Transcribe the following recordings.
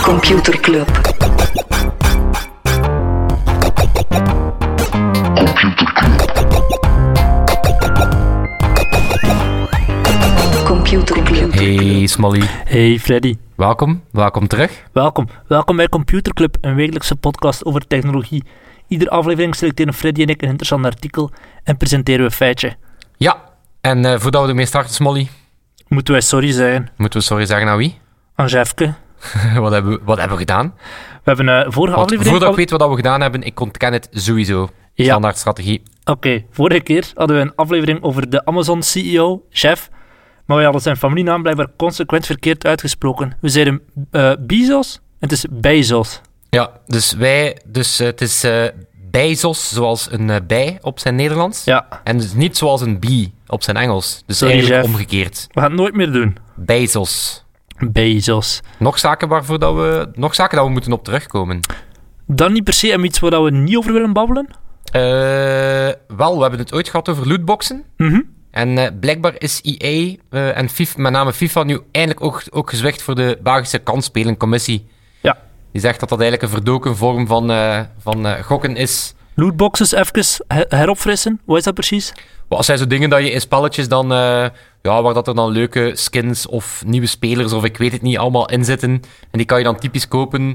Computer Club. Computer Club. Hey Smolly. Hey Freddy. Welkom terug. Welkom bij Computer Club, een wekelijkse podcast over technologie. Iedere aflevering selecteren Freddy en ik een interessant artikel en presenteren we een feitje. Ja, en voordat we ermee starten, Smolly, Moeten wij sorry zeggen moeten we sorry zeggen aan wie? aan Jeffke. Wat hebben we gedaan? We hebben vorige Want aflevering... voordat ik weet wat we gedaan hebben, ik ontken het sowieso. Ja. Standaard strategie. Oké, vorige keer hadden we een aflevering over de Amazon-CEO, Jeff, maar wij hadden zijn familienaam blijkbaar consequent verkeerd uitgesproken. We zeiden Bezos en het is Bezos. Ja, dus het is Bezos, zoals een bij op zijn Nederlands. Ja, En dus niet zoals een bee op zijn Engels. Dus Sorry, eigenlijk Jeff. omgekeerd. we gaan het nooit meer doen. Bezos. Bezos. Nog zaken dat we moeten op terugkomen. Dan niet per se iets waar we niet over willen babbelen. Wel, we hebben het ooit gehad over lootboxen. Mhm. En blijkbaar is EA en FIFA, met name FIFA nu eindelijk ook gezwicht voor de Belgische Kansspelencommissie. Ja. Die zegt dat eigenlijk een verdoken vorm van gokken is. Lootboxes even heropfrissen. Wat is dat precies? Maar als zijn zo dingen dat je in spelletjes dan, waar dat er dan leuke skins of nieuwe spelers of ik weet het niet allemaal in zitten. En die kan je dan typisch kopen.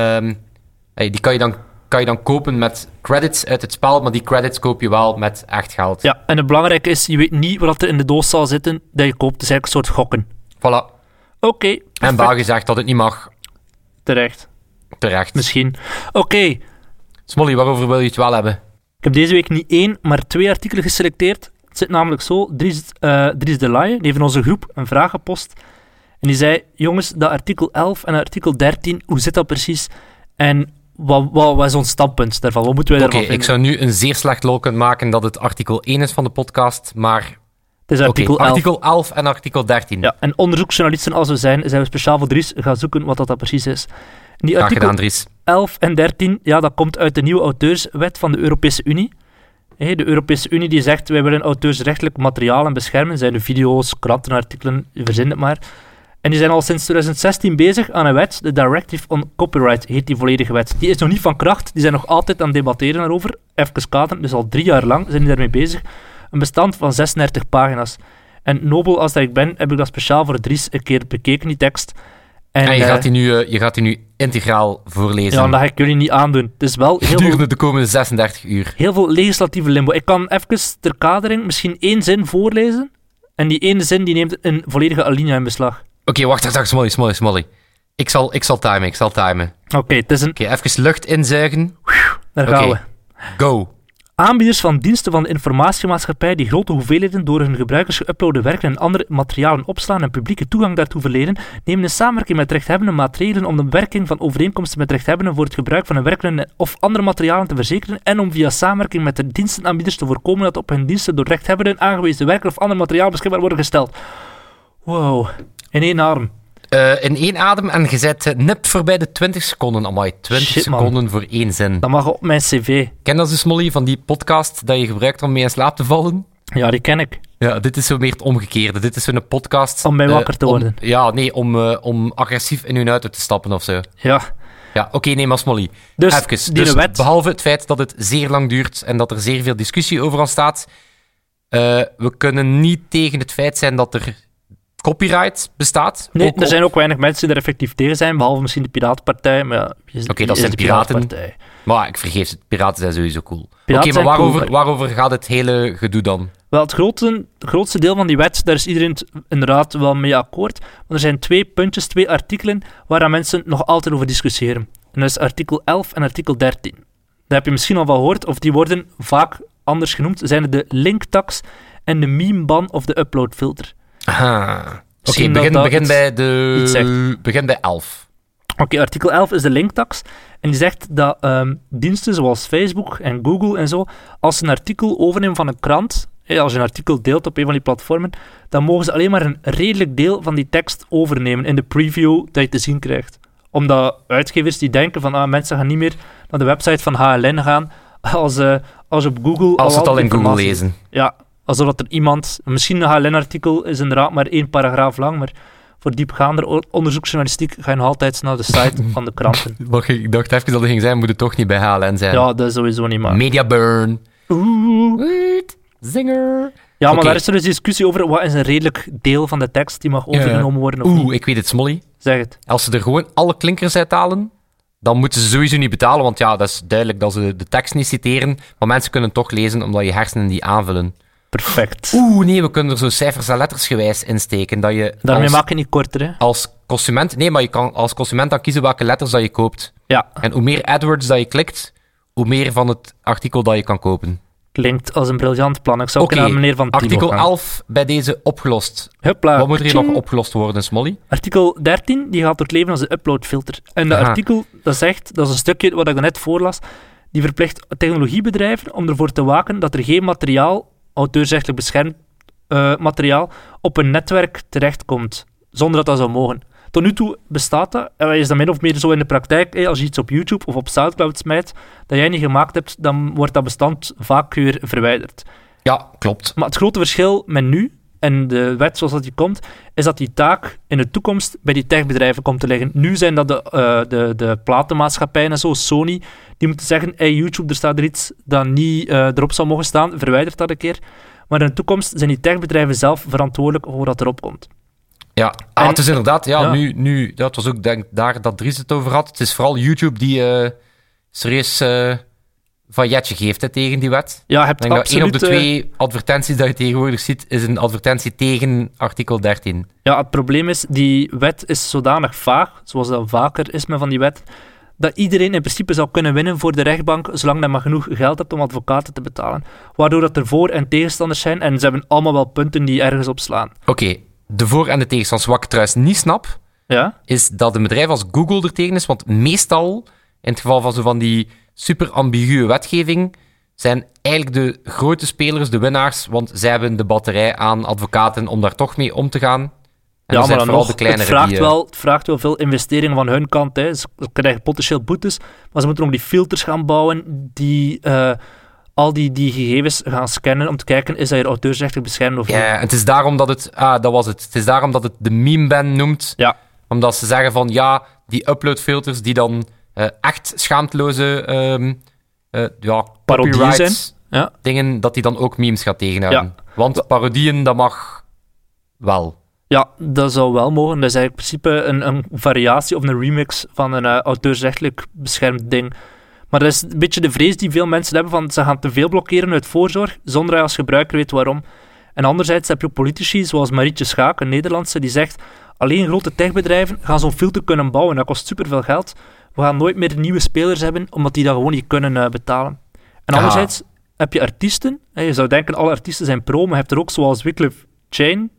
Die kan je dan kopen met credits uit het spel, maar die credits koop je wel met echt geld. Ja, en het belangrijke is, je weet niet wat er in de doos zal zitten dat je koopt. Het is eigenlijk een soort gokken. Voilà. Oké, En perfect. België zegt dat het niet mag. Terecht. Terecht. Misschien. Oké, Smolly, waarover wil je het wel hebben? ik heb deze week niet 1, maar 2 artikelen geselecteerd. Het zit namelijk zo, Dries de Laaie, die heeft in onze groep een vraag gepost. En die zei, jongens, dat artikel 11 en artikel 13, hoe zit dat precies? En wat is ons standpunt daarvan? Wat moeten wij Oké, daarvan ik vinden? zou nu een zeer slecht lol kunnen maken dat het artikel 1 is van de podcast, maar... Het is Oké, artikel 11. artikel 11 en artikel 13. Ja, en onderzoeksjournalisten als we zijn we speciaal voor Dries gaan zoeken wat dat precies is. En die Graag artikel gedaan, Dries. 11 en 13, ja, dat komt uit de nieuwe auteurswet van de Europese Unie. De Europese Unie die zegt, wij willen auteursrechtelijk materialen beschermen, zijn de video's, krantenartikelen, verzin het maar. En die zijn al sinds 2016 bezig aan een wet, de Directive on Copyright heet die volledige wet. Die is nog niet van kracht, die zijn nog altijd aan het debatteren daarover. Even kaderen, dus al 3 jaar lang zijn die daarmee bezig. Een bestand van 36 pagina's. En nobel als dat ik ben, heb ik dat speciaal voor Dries een keer bekeken, die tekst. En je gaat die nu integraal voorlezen. Ja, dat ga ik jullie niet aandoen. Het is wel heel veel, gedurende de komende 36 uur. heel veel legislatieve limbo. Ik kan even ter kadering misschien 1 zin voorlezen. En die ene zin die neemt een volledige alinea in beslag. Oké, wacht, Smolly. Ik zal timen. Oké, het is een... Oké, even lucht inzuigen. Daar gaan Oké. we. Go. Aanbieders van diensten van de informatiemaatschappij die grote hoeveelheden door hun gebruikers geüploade werken en andere materialen opslaan en publieke toegang daartoe verlenen, nemen in samenwerking met rechthebbenden maatregelen om de bewerking van overeenkomsten met rechthebbenden voor het gebruik van hun werken of andere materialen te verzekeren en om via samenwerking met de dienstenaanbieders te voorkomen dat op hun diensten door rechthebbenden aangewezen werken of ander materiaal beschikbaar worden gesteld. Wow. In 1 adem. In 1 adem en je zet nipt voorbij de 20 seconden. Amai, 20 Shit, man. seconden voor 1 zin. Dat mag op mijn cv. Ken dat zo, Smolly, van die podcast dat je gebruikt om mee in slaap te vallen? Ja, die ken ik. Ja, dit is zo meer het omgekeerde. Dit is zo'n podcast... Om mij wakker te worden. Om agressief in hun auto te stappen of zo. Ja. Ja, oké, nee, maar Smolly. Dus, Even. die Dus wet... behalve het feit dat het zeer lang duurt en dat er zeer veel discussie over ontstaat, we kunnen niet tegen het feit zijn dat er copyright bestaat. Nee, Ook er zijn ook weinig mensen die er effectief tegen zijn, behalve misschien de Piratenpartij. Maar ja, Oké, dat zijn de piraten. Piratenpartij. Maar ik vergeef het, piraten zijn sowieso cool. Oké, Piraten maar zijn cool, waarover gaat het hele gedoe dan? Wel, het grootste deel van die wet, daar is iedereen het inderdaad wel mee akkoord. Maar er zijn 2 puntjes, 2 artikelen, waar mensen nog altijd over discussiëren. En dat is artikel 11 en artikel 13. Dat heb je misschien al wel gehoord, of die worden vaak anders genoemd. Zijn het de linktax en de meme-ban of de uploadfilter. Aha. Oké, Misschien dat dat begin bij 11. Oké, artikel 11 is de linktax. En die zegt dat diensten zoals Facebook en Google en zo, als ze een artikel overnemen van een krant, als je een artikel deelt op een van die platformen, dan mogen ze alleen maar een redelijk deel van die tekst overnemen in de preview dat je te zien krijgt. Omdat uitgevers die denken van mensen gaan niet meer naar de website van HLN gaan als op Google... Als ze het al in Google informatie- lezen. Ja, alsof dat er iemand... Misschien een HLN-artikel is inderdaad maar 1 paragraaf lang, maar voor diepgaander onderzoeksjournalistiek ga je nog altijd naar de site van de kranten. Ik dacht even dat er ging zijn, moet het toch niet bij HLN zijn. Ja, dat is sowieso niet, maar... Media burn. Oeh. Zinger. Ja, maar Oké. daar is er dus discussie over wat is een redelijk deel van de tekst die mag overgenomen worden of niet. Ik weet het, Smolly. Zeg het. Als ze er gewoon alle klinkers uithalen, dan moeten ze sowieso niet betalen, want ja, dat is duidelijk dat ze de tekst niet citeren, maar mensen kunnen toch lezen omdat je hersenen die aanvullen. Perfect. Nee, we kunnen er zo cijfers en letters gewijs insteken, dat je Daarmee maak je niet korter, hè? als consument... Nee, maar je kan als consument dan kiezen welke letters dat je koopt. Ja, En hoe meer AdWords dat je klikt, hoe meer van het artikel dat je kan kopen. klinkt als een briljant plan. Ik zou ook Oké, naar meneer Van Tilo artikel gaan. 11 bij deze opgelost. Hupla. Wat moet er hier Tjing. nog opgelost worden, Smolly? Artikel 13 die gaat door het leven als een uploadfilter. En dat Aha. artikel, dat zegt, dat is een stukje wat ik net voorlas, die verplicht technologiebedrijven om ervoor te waken dat er geen materiaal, auteursrechtelijk beschermd materiaal, op een netwerk terechtkomt, zonder dat dat zou mogen. Tot nu toe bestaat dat, en is dat min of meer zo in de praktijk, als je iets op YouTube of op Soundcloud smijt, dat jij niet gemaakt hebt, dan wordt dat bestand vaak weer verwijderd. Ja, klopt. Maar het grote verschil met nu en de wet zoals dat die komt, is dat die taak in de toekomst bij die techbedrijven komt te liggen. Nu zijn dat de platenmaatschappijen en zo, Sony, die moeten zeggen, hey YouTube, er staat er iets dat niet erop zou mogen staan, verwijder dat een keer. Maar in de toekomst zijn die techbedrijven zelf verantwoordelijk voor wat erop komt. Ja, En- het is inderdaad, ja. nu het was ook denk daar dat Dries het over had. Het is vooral YouTube die serieus vailletje geeft hè, tegen die wet. Ja, je Ik hebt denk dat één op absoluut... de 2 advertenties dat je tegenwoordig ziet, is een advertentie tegen artikel 13. Ja, het probleem is, die wet is zodanig vaag, zoals dat vaker is met van die wet, dat iedereen in principe zou kunnen winnen voor de rechtbank, zolang dat maar genoeg geld hebt om advocaten te betalen. Waardoor dat er voor- en tegenstanders zijn, en ze hebben allemaal wel punten die ergens op slaan. Oké, de voor- en de tegenstanders. Wat ik trouwens niet snap, Ja? is dat een bedrijf als Google er tegen is, want meestal, in het geval van zo van die super ambiguë wetgeving, zijn eigenlijk de grote spelers de winnaars, want zij hebben de batterij aan advocaten om daar toch mee om te gaan. En Ja, er zijn maar dan vooral nog, de kleinere het vraagt wel veel investeringen van hun kant. Hè. Ze krijgen potentieel boetes, maar ze moeten ook die filters gaan bouwen die al die gegevens gaan scannen om te kijken, is dat hier auteursrechtelijk beschermd of niet. Ja, en het is daarom dat het... dat was het. Het is daarom dat het de meme-ban noemt. Ja. Omdat ze zeggen van, ja, die uploadfilters die dan echt schaamteloze Parodieën copyrights Ja. dingen, dat die dan ook memes gaat tegenhouden. Want parodieën, dat mag wel. Ja, dat zou wel mogen. Dat is eigenlijk in principe een variatie of een remix van een auteursrechtelijk beschermd ding. Maar dat is een beetje de vrees die veel mensen hebben van ze gaan te veel blokkeren uit voorzorg, zonder dat je als gebruiker weet waarom. En anderzijds heb je ook politici, zoals Marietje Schaak, een Nederlandse, die zegt alleen grote techbedrijven gaan zo'n filter kunnen bouwen. Dat kost superveel geld. We gaan nooit meer nieuwe spelers hebben, omdat die dat gewoon niet kunnen betalen. En anderzijds heb je artiesten. Je zou denken, alle artiesten zijn pro, maar je hebt er ook zoals Wyclef Jean.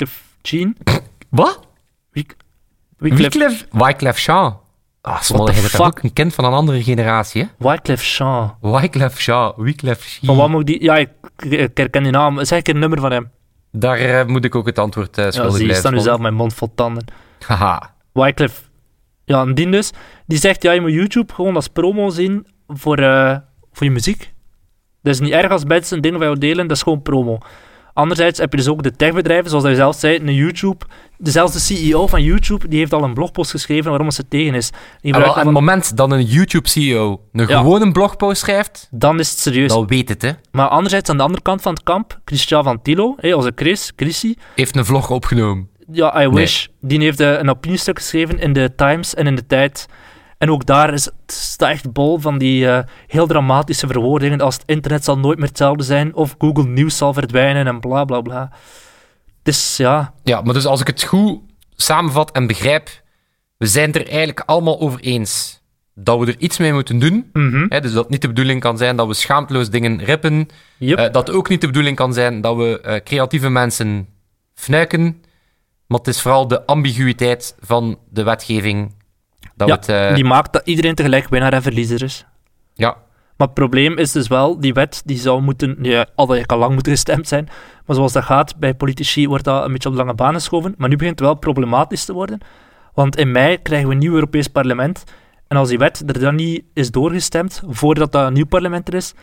Wat? Wyclef Wyclef Jean. Smolle, hij is fuck? ook een kind van een andere generatie, hè? Wyclef Jean. Wyclef Jean. Wyclef Van Jean. wat moet die... Ja, ik herken die naam. Zeg ik een nummer van hem. Daar moet ik ook het antwoord Ja, schuldig zie je, blijven. staat nu zelf mijn mond vol tanden. Haha. Wyclef. Ja, en die dus. Die zegt, ja, je moet YouTube gewoon als promo zien voor je muziek. Dat is niet erg als mensen een ding van jou delen, dat is gewoon promo. Anderzijds heb je dus ook de techbedrijven, zoals je zelf zei, een YouTube. Zelfs de CEO van YouTube, die heeft al een blogpost geschreven waarom ze tegen is. Die Aan gebruikt het dan moment dat een YouTube-CEO een Ja. gewone blogpost schrijft, dan is het serieus. dan weet het, hè. Maar anderzijds, aan de andere kant van het kamp, Christian Van Tilo, onze Chrissy, Heeft een vlog opgenomen. ja, I wish. Die heeft een opiniestuk geschreven in de Times en in de Tijd. En ook daar is het echt bol van die heel dramatische verwoordingen als het internet zal nooit meer hetzelfde zijn of Google Nieuws zal verdwijnen en bla bla bla. Dus ja, Ja, maar dus als ik het goed samenvat en begrijp, we zijn het er eigenlijk allemaal over eens dat we er iets mee moeten doen. Hè, dus dat het niet de bedoeling kan zijn dat we schaamteloos dingen rippen. yep. Dat het ook niet de bedoeling kan zijn dat we creatieve mensen fnuiken. Maar het is vooral de ambiguïteit van de wetgeving dat ja, we het... die maakt dat iedereen tegelijk winnaar en verliezer is. ja, Maar het probleem is dus wel, die wet die zou moeten, ja, al lang moeten gestemd zijn, maar zoals dat gaat, bij politici wordt dat een beetje op de lange baan geschoven. Maar nu begint het wel problematisch te worden, want in mei krijgen we een nieuw Europees parlement. En als die wet er dan niet is doorgestemd, voordat dat een nieuw parlement er is,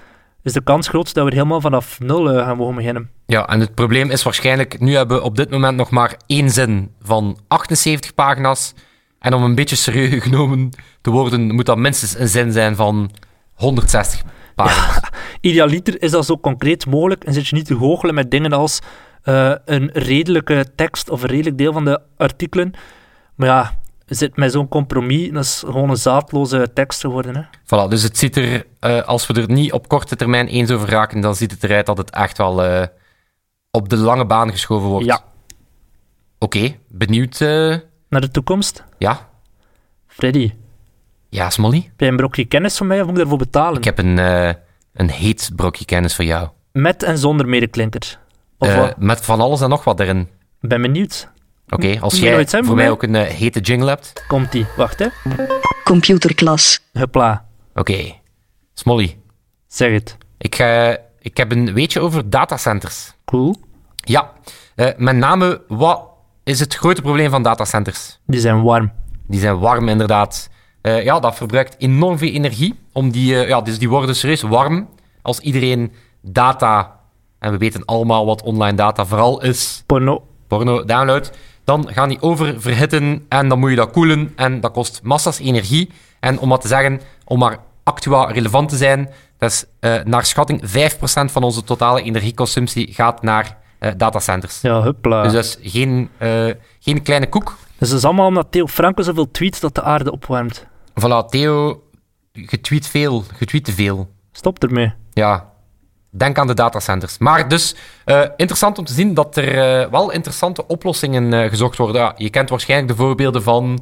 is de kans groot dat we helemaal vanaf nul gaan mogen beginnen. Ja, en het probleem is waarschijnlijk, nu hebben we op dit moment nog maar 1 zin van 78 pagina's. En om een beetje serieus genomen te worden, moet dat minstens een zin zijn van 160 pagina's. Ja, idealiter is dat zo concreet mogelijk en zit je niet te goochelen met dingen als een redelijke tekst of een redelijk deel van de artikelen. Maar ja, zit met zo'n compromis, dat is gewoon een zaadloze tekst geworden. Hè? Voilà, dus het ziet er, als we er niet op korte termijn eens over raken, dan ziet het eruit dat het echt wel op de lange baan geschoven wordt. Ja. Oké, benieuwd. Naar de toekomst? Ja. Freddy, Ja, Smolly? heb jij een brokje kennis van mij of moet ik daarvoor betalen? Ik heb een heet brokje kennis voor jou. Met en zonder medeklinker. Of wat? Met van alles en nog wat erin. Ik ben benieuwd. Oké, als Moet je jij nog iets hebben voor voor mij ook een hete jingle hebt. Komt-ie. Wacht, hè. Computerklas. Hupla. Oké. Smolly, Zeg het. ik heb een weetje over datacenters. Cool. Ja, met name, wat is het grote probleem van datacenters? Die zijn warm. Die zijn warm, inderdaad. Ja, dat verbruikt enorm veel energie. Dus die worden serieus warm als iedereen data, en we weten allemaal wat online data vooral is, porno downloadt, dan gaan die oververhitten en dan moet je dat koelen en dat kost massas energie. En om maar te zeggen, om maar actua relevant te zijn, dat is naar schatting 5% van onze totale energieconsumptie gaat naar datacenters. Ja, hupla. Dus dat is geen kleine koek. Dus dat is allemaal omdat Theo Franke zoveel tweet dat de aarde opwarmt. Voilà, Theo, je tweet te veel. Stop ermee. Ja, denk aan de datacenters. Maar dus, interessant om te zien dat er wel interessante oplossingen gezocht worden. Ja, je kent waarschijnlijk de voorbeelden van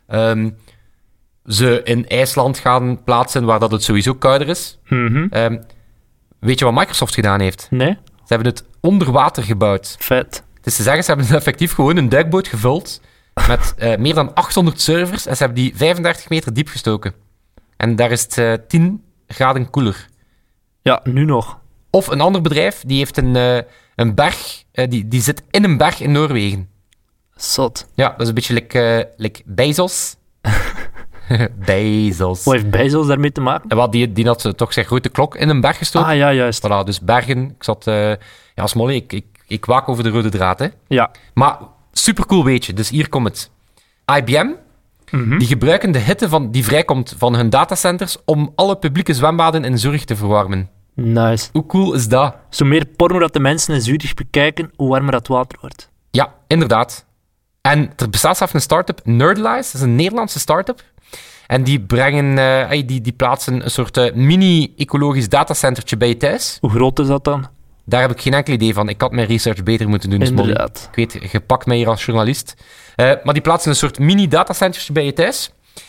ze in IJsland gaan plaatsen waar dat het sowieso kouder is. Mhm. Weet je wat Microsoft gedaan heeft? Nee? Ze hebben het onder water gebouwd. Vet. Het is te zeggen, ze hebben effectief gewoon een duikboot gevuld met meer dan 800 servers en ze hebben die 35 meter diep gestoken. En daar is het 10 graden koeler. Ja, nu nog. Of een ander bedrijf, die heeft een berg, die zit in een berg in Noorwegen. Zot. Ja, dat is een beetje like Bezos. Bezos. Wat heeft Bezos daarmee te maken? En wat, die had toch zijn grote klok in een berg gestoken. Ah, ja, juist. Voilà, dus bergen. Ik zat... ja, Smolly, ik waak over de rode draad, hè. Ja. Maar supercool weetje, dus hier komt het. IBM, die gebruiken de hitte die vrijkomt van hun datacenters om alle publieke zwembaden in Zurich te verwarmen. Nice. Hoe cool is dat? Zo meer porno dat de mensen in Zurich bekijken, hoe warmer dat water wordt. Ja, inderdaad. En er bestaat zelfs een start-up, Nerdlize, dat is een Nederlandse start-up. En die brengen, die plaatsen een soort mini-ecologisch datacentertje bij je thuis. Hoe groot is dat dan? Daar heb ik geen enkel idee van. Ik had mijn research beter moeten doen, Smolly. Inderdaad. Ik weet, je pakt mij hier als journalist. Maar die plaatsen een soort mini-datacentertje bij je thuis.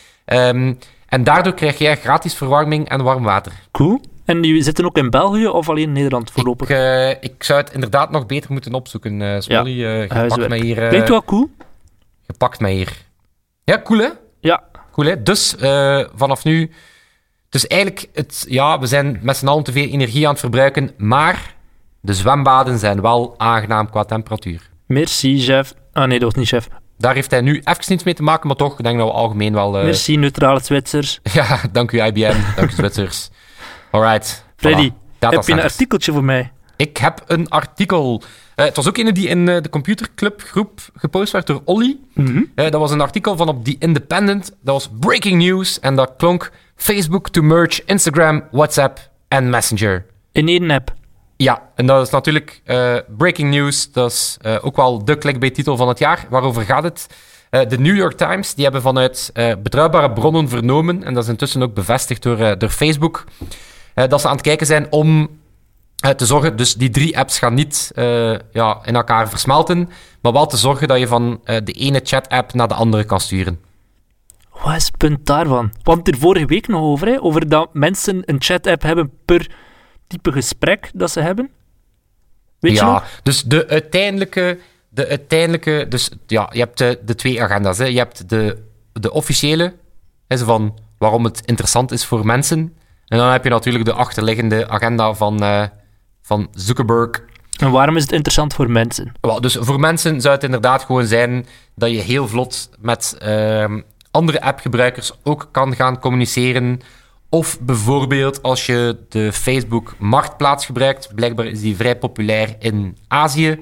En daardoor krijg jij gratis verwarming en warm water. Cool. En die zitten ook in België of alleen in Nederland voorlopig? Ik zou het inderdaad nog beter moeten opzoeken, Smolly. Je pakt mij hier... Klinkt wel cool. Je pakt mij hier. Ja, cool hè? Ja. Cool hè? Dus vanaf nu... Dus eigenlijk, we zijn met z'n allen te veel energie aan het verbruiken, maar de zwembaden zijn wel aangenaam qua temperatuur. Merci, chef. Ah nee, dat was niet chef. Daar heeft hij nu even niets mee te maken, maar toch, ik denk dat we algemeen wel... Merci, neutrale Zwitsers. Ja, dank u IBM, dank u Zwitsers. Alright. Freddy, voilà. heb je een artikeltje voor mij? Ik heb een artikel. Het was ook een die in de computerclubgroep gepost werd door Olly. Dat was een artikel van op The Independent. Dat was breaking news en dat klonk Facebook to merge Instagram, WhatsApp en Messenger. In één app. Ja, en dat is natuurlijk breaking news. Dat is ook wel de clickbait-titel van het jaar. Waarover gaat het? De New York Times die hebben vanuit betrouwbare bronnen vernomen, en dat is intussen ook bevestigd door Facebook, dat ze aan het kijken zijn om te zorgen, dus die 3 apps gaan niet in elkaar versmelten, maar wel te zorgen dat je van de ene chat-app naar de andere kan sturen. Wat is het punt daarvan? We hadden het er vorige week nog over, hè? Over dat mensen een chat-app hebben per type gesprek dat ze hebben. Weet je nog? Dus de uiteindelijke... Dus ja, je hebt de 2 agenda's. Hè. Je hebt de officiële, zo van waarom het interessant is voor mensen. En dan heb je natuurlijk de achterliggende agenda van Zuckerberg. En waarom is het interessant voor mensen? Wel, dus voor mensen zou het inderdaad gewoon zijn dat je heel vlot met andere appgebruikers ook kan gaan communiceren Of bijvoorbeeld als je de Facebook Marktplaats gebruikt. Blijkbaar is die vrij populair in Azië.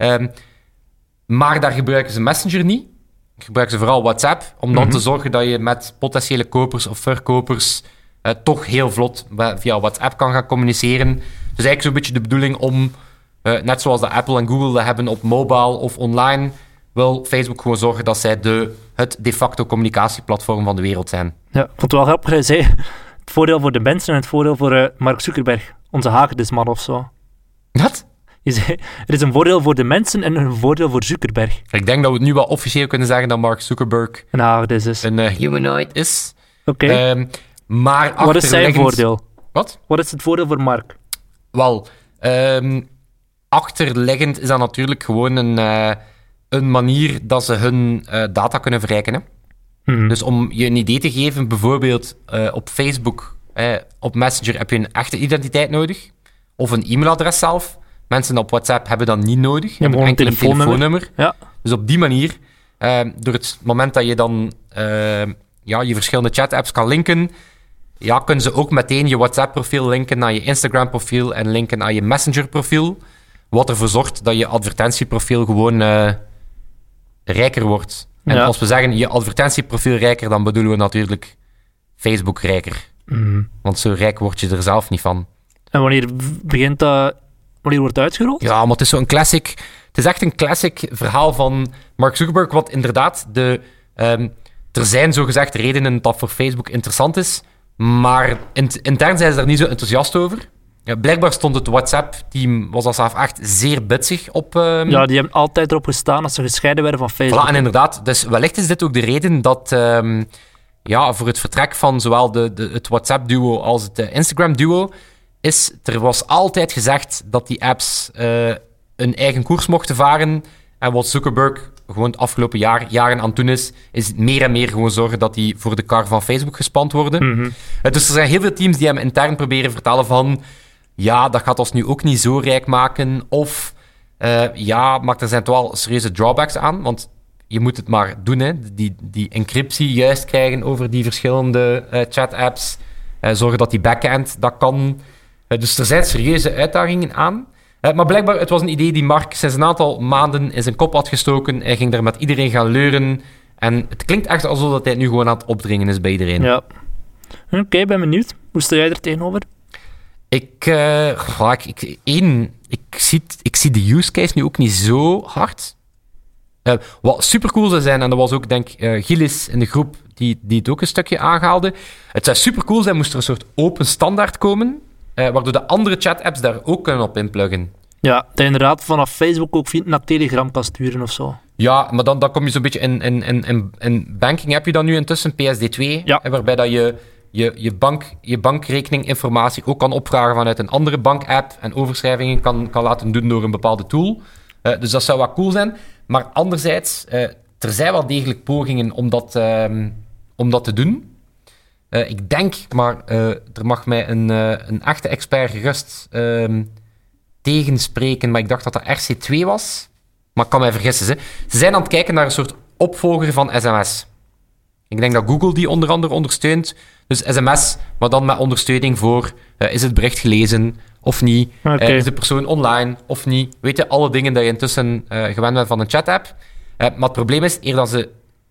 Maar daar gebruiken ze Messenger niet. Gebruiken ze vooral WhatsApp. Om dan te zorgen dat je met potentiële kopers of verkopers toch heel vlot via WhatsApp kan gaan communiceren. Dus eigenlijk zo'n beetje de bedoeling om, net zoals de Apple en Google dat hebben op mobile of online, wil Facebook gewoon zorgen dat zij het de facto communicatieplatform van de wereld zijn. Ja, ik vond het wel grappig. Hij zei het voordeel voor de mensen en het voordeel voor Mark Zuckerberg. Onze hagedisman of zo. Wat? Je zei, er is een voordeel voor de mensen en een voordeel voor Zuckerberg. Ik denk dat we het nu wel officieel kunnen zeggen dat Mark Zuckerberg een hagedis is. Een humanoid is. Oké. Maar wat is zijn voordeel? Wat? Wat is het voordeel voor Mark? Wel, achterliggend is dat natuurlijk gewoon een manier dat ze hun data kunnen verrijken. Hè? Dus om je een idee te geven, bijvoorbeeld op Facebook, op Messenger heb je een echte identiteit nodig. Of een e-mailadres zelf. Mensen op WhatsApp hebben dat niet nodig. Je hebt enkel een telefoonnummer. Ja. Dus op die manier, door het moment dat je dan je verschillende chat-apps kan linken, kunnen ze ook meteen je WhatsApp-profiel linken naar je Instagram-profiel en linken naar je Messenger-profiel. Wat ervoor zorgt dat je advertentieprofiel gewoon rijker wordt. En als we zeggen je advertentieprofiel rijker, dan bedoelen we natuurlijk Facebook rijker. Want zo rijk word je er zelf niet van. En wanneer wordt het uitgerold? Ja, maar het is zo'n classic. Het is echt een classic verhaal van Mark Zuckerberg, wat inderdaad er zijn zogezegd redenen dat voor Facebook interessant is, maar intern zijn ze daar niet zo enthousiast over. Ja, blijkbaar stond het WhatsApp-team, was dat zelf echt zeer bitsig op... Ja, die hebben altijd erop gestaan dat ze gescheiden werden van Facebook. Voilà, en inderdaad, dus wellicht is dit ook de reden dat voor het vertrek van zowel het WhatsApp-duo als het Instagram-duo er was altijd gezegd dat die apps een eigen koers mochten varen. En wat Zuckerberg gewoon het afgelopen jaren aan het doen is meer en meer gewoon zorgen dat die voor de kar van Facebook gespand worden. Dus er zijn heel veel teams die hem intern proberen vertellen van ja, dat gaat ons nu ook niet zo rijk maken. Of maar er zijn toch wel serieuze drawbacks aan, want je moet het maar doen, hè. Die encryptie juist krijgen over die verschillende chat-apps. Zorgen dat die backend dat kan. Dus er zijn serieuze uitdagingen aan. Maar blijkbaar, het was een idee die Mark sinds een aantal maanden in zijn kop had gestoken. Hij ging daar met iedereen gaan leuren. En het klinkt echt alsof dat hij nu gewoon aan het opdringen is bij iedereen. Ja. Oké, ben benieuwd. Hoe sta jij er tegenover? Ik zie de use case nu ook niet zo hard. Wat supercool zou zijn, en dat was ook, denk ik, Gilles in de groep die het ook een stukje aangehaalde. Het zou supercool zijn, moest er een soort open standaard komen, waardoor de andere chat-apps daar ook kunnen op inpluggen. Ja, dat je inderdaad vanaf Facebook ook naar Telegram kan sturen of zo. Ja, maar dan kom je zo'n beetje in banking heb je dan nu intussen PSD2, waarbij dat je bankrekeninginformatie ook kan opvragen vanuit een andere bank-app en overschrijvingen kan laten doen door een bepaalde tool. Dus dat zou wel cool zijn. Maar anderzijds, er zijn wel degelijk pogingen om dat te doen. Ik denk, maar er mag mij een echte expert gerust tegenspreken, maar ik dacht dat dat RC2 was. Maar ik kan mij vergissen. Ze zijn aan het kijken naar een soort opvolger van SMS. Ik denk dat Google die onder andere ondersteunt. Dus SMS, maar dan met ondersteuning voor is het bericht gelezen of niet? Okay. Is de persoon online of niet? Weet je, alle dingen dat je intussen gewend bent van een chat-app. Maar het probleem is, eer dat ze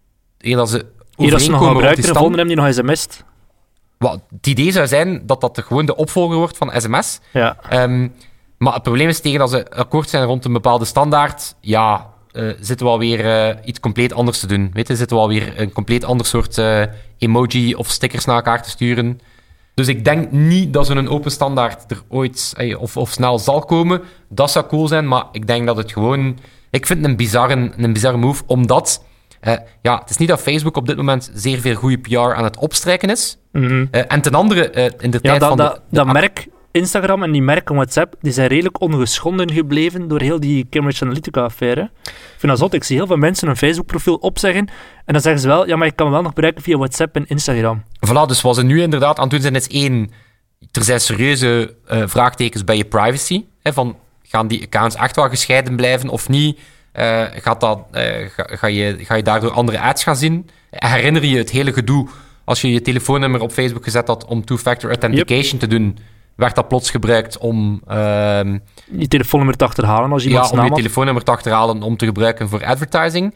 nog een gebruiker gevonden hebben die nog sms't. Het idee zou zijn dat dat gewoon de opvolger wordt van sms. Ja. Maar het probleem is, tegen dat ze akkoord zijn rond een bepaalde standaard, zitten we alweer iets compleet anders te doen. Weet je, zitten we alweer een compleet ander soort emoji of stickers naar elkaar te sturen. Dus ik denk niet dat zo'n open standaard er ooit of snel zal komen. Dat zou cool zijn, maar ik denk dat het gewoon... Ik vind het een bizarre move, omdat... het is niet dat Facebook op dit moment zeer veel goede PR aan het opstrijken is. Mm-hmm. En ten andere, in de tijd van... Dat merk Instagram en die merken WhatsApp, die zijn redelijk ongeschonden gebleven door heel die Cambridge Analytica-affaire. Ik vind dat zot. Ik zie heel veel mensen een Facebook-profiel opzeggen en dan zeggen ze wel, ja, maar ik kan me wel nog bereiken via WhatsApp en Instagram. Voilà, dus wat ze nu inderdaad aan het doen zijn, is één, er zijn serieuze vraagtekens bij je privacy. Gaan die accounts echt wel gescheiden blijven of niet? Ga je daardoor andere ads gaan zien? Herinner je het hele gedoe als je je telefoonnummer op Facebook gezet had om two-factor authentication te doen, werd dat plots gebruikt om... je telefoonnummer te achterhalen als iemand om je telefoonnummer te achterhalen om te gebruiken voor advertising.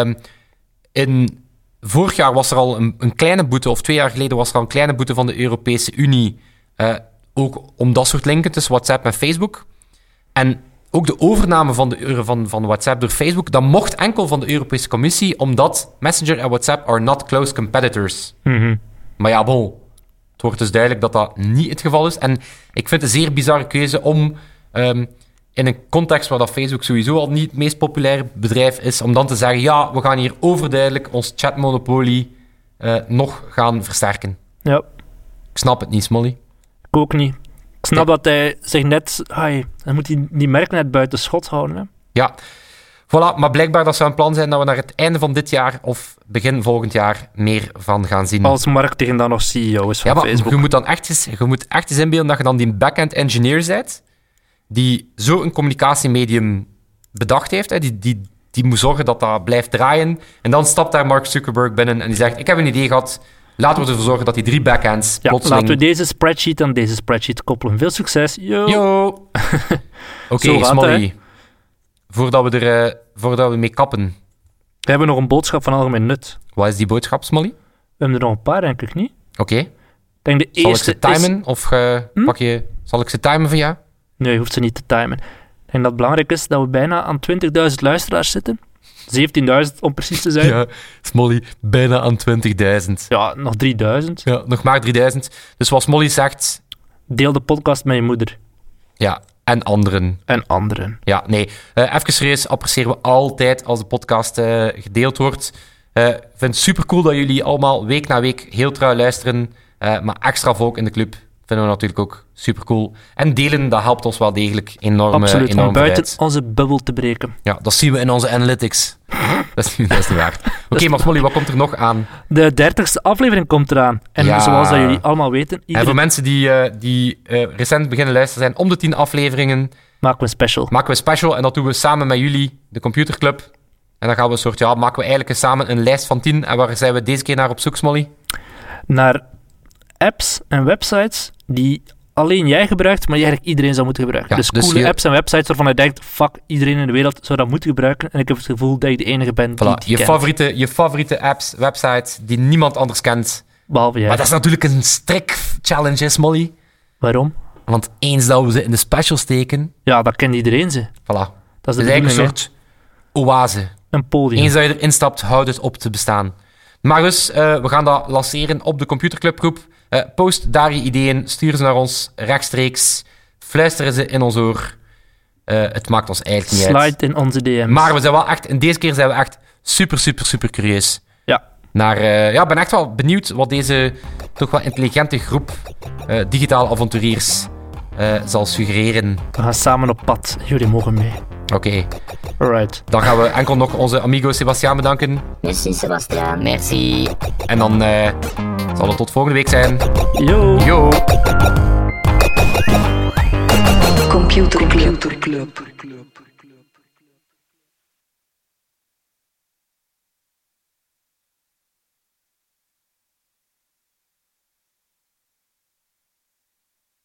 Vorig jaar was er al een kleine boete, of 2 jaar geleden was er al een kleine boete van de Europese Unie, ook om dat soort linken tussen WhatsApp en Facebook. En ook de overname van WhatsApp door Facebook, dat mocht enkel van de Europese Commissie, omdat Messenger en WhatsApp are not close competitors. Mm-hmm. Maar ja, bon, het wordt dus duidelijk dat dat niet het geval is. En ik vind het een zeer bizarre keuze om in een context waar dat Facebook sowieso al niet het meest populaire bedrijf is, om dan te zeggen, ja, we gaan hier overduidelijk ons chatmonopolie nog gaan versterken. Ja. Ik snap het niet, Smolly. Ik ook niet. Ik snap dat hij zich net... Hij moet die merk net buiten schot houden. Hè? Ja, voilà. Maar blijkbaar dat zou een plan zijn dat we naar het einde van dit jaar of begin volgend jaar meer van gaan zien. Als Mark tegen dan nog CEO is van Facebook. Je moet dan echt eens inbeelden dat je dan die back-end engineer bent, die zo een communicatiemedium bedacht heeft, hè, die moet zorgen dat dat blijft draaien. En dan stapt daar Mark Zuckerberg binnen en die zegt, ik heb een idee gehad, laten we ervoor zorgen dat die 3 backends plotseling... Laten we deze spreadsheet aan deze spreadsheet koppelen. Veel succes. Yo! Oké, Smolly. Voordat we mee kappen. We hebben nog een boodschap van algemeen nut. Wat is die boodschap, Smolly? We hebben er nog een paar, denk ik niet. Oké. Denk de zal eerste ik ze timen? Of zal ik ze timen voor jou? Nee, je hoeft ze niet te timen. Ik denk dat het belangrijk is dat we bijna aan 20.000 luisteraars zitten. 17.000 om precies te zijn. Ja, Smolly, bijna aan 20.000. Ja, nog 3.000. Ja, nog maar 3.000. Dus wat Smolly zegt... Deel de podcast met je moeder. Ja, en anderen. Ja, nee. Even serieus, appreciëren we altijd als de podcast gedeeld wordt. Ik vind het supercool dat jullie allemaal week na week heel trouw luisteren. Maar extra volk in de club vinden we natuurlijk ook supercool. En delen, dat helpt ons wel degelijk enorm. Absoluut, enorm om buiten vooruit. onze bubbel te breken. Ja, dat zien we in onze analytics. dat is niet waar. Oké, maar Smolly, wat komt er nog aan? De 30ste aflevering komt eraan. En zoals dat jullie allemaal weten... En voor mensen die recent beginnen luisteren zijn, om de 10 afleveringen... Maken we een special. En dat doen we samen met jullie, de Computerclub. En dan gaan we een soort, maken we eigenlijk samen een lijst van 10. En waar zijn we deze keer naar op zoek, Smolly? Naar apps en websites die alleen jij gebruikt, maar die eigenlijk iedereen zou moeten gebruiken. Ja, dus coole apps en websites waarvan je denkt, fuck, iedereen in de wereld zou dat moeten gebruiken. En ik heb het gevoel dat ik de enige ben die die kent. Je favoriete apps, websites die niemand anders kent. Behalve jij. Maar dat is natuurlijk een strik-challenge, Smolly. Waarom? Want eens dat we ze in de special steken... Ja, dat kent iedereen ze. Voilà. Dat is eigenlijk een soort oase. Een podium. Eens dat je erin stapt, houdt het op te bestaan. Maar dus, we gaan dat lanceren op de Computerclubgroep. Post daar je ideeën, stuur ze naar ons rechtstreeks, fluisteren ze in ons oor. Het maakt ons eigenlijk niet uit. Slide in onze DM's. Maar we zijn wel echt, in deze keer zijn we echt super curieus. Ja. Ik ben echt wel benieuwd wat deze toch wel intelligente groep digitale avonturiers zal suggereren. We gaan samen op pad. Jullie mogen mee. Oké. Alright. Dan gaan we enkel nog onze amigo Sebastiaan bedanken. Merci Sebastiaan, merci. En dan zal het tot volgende week zijn. Yo. Computerclub.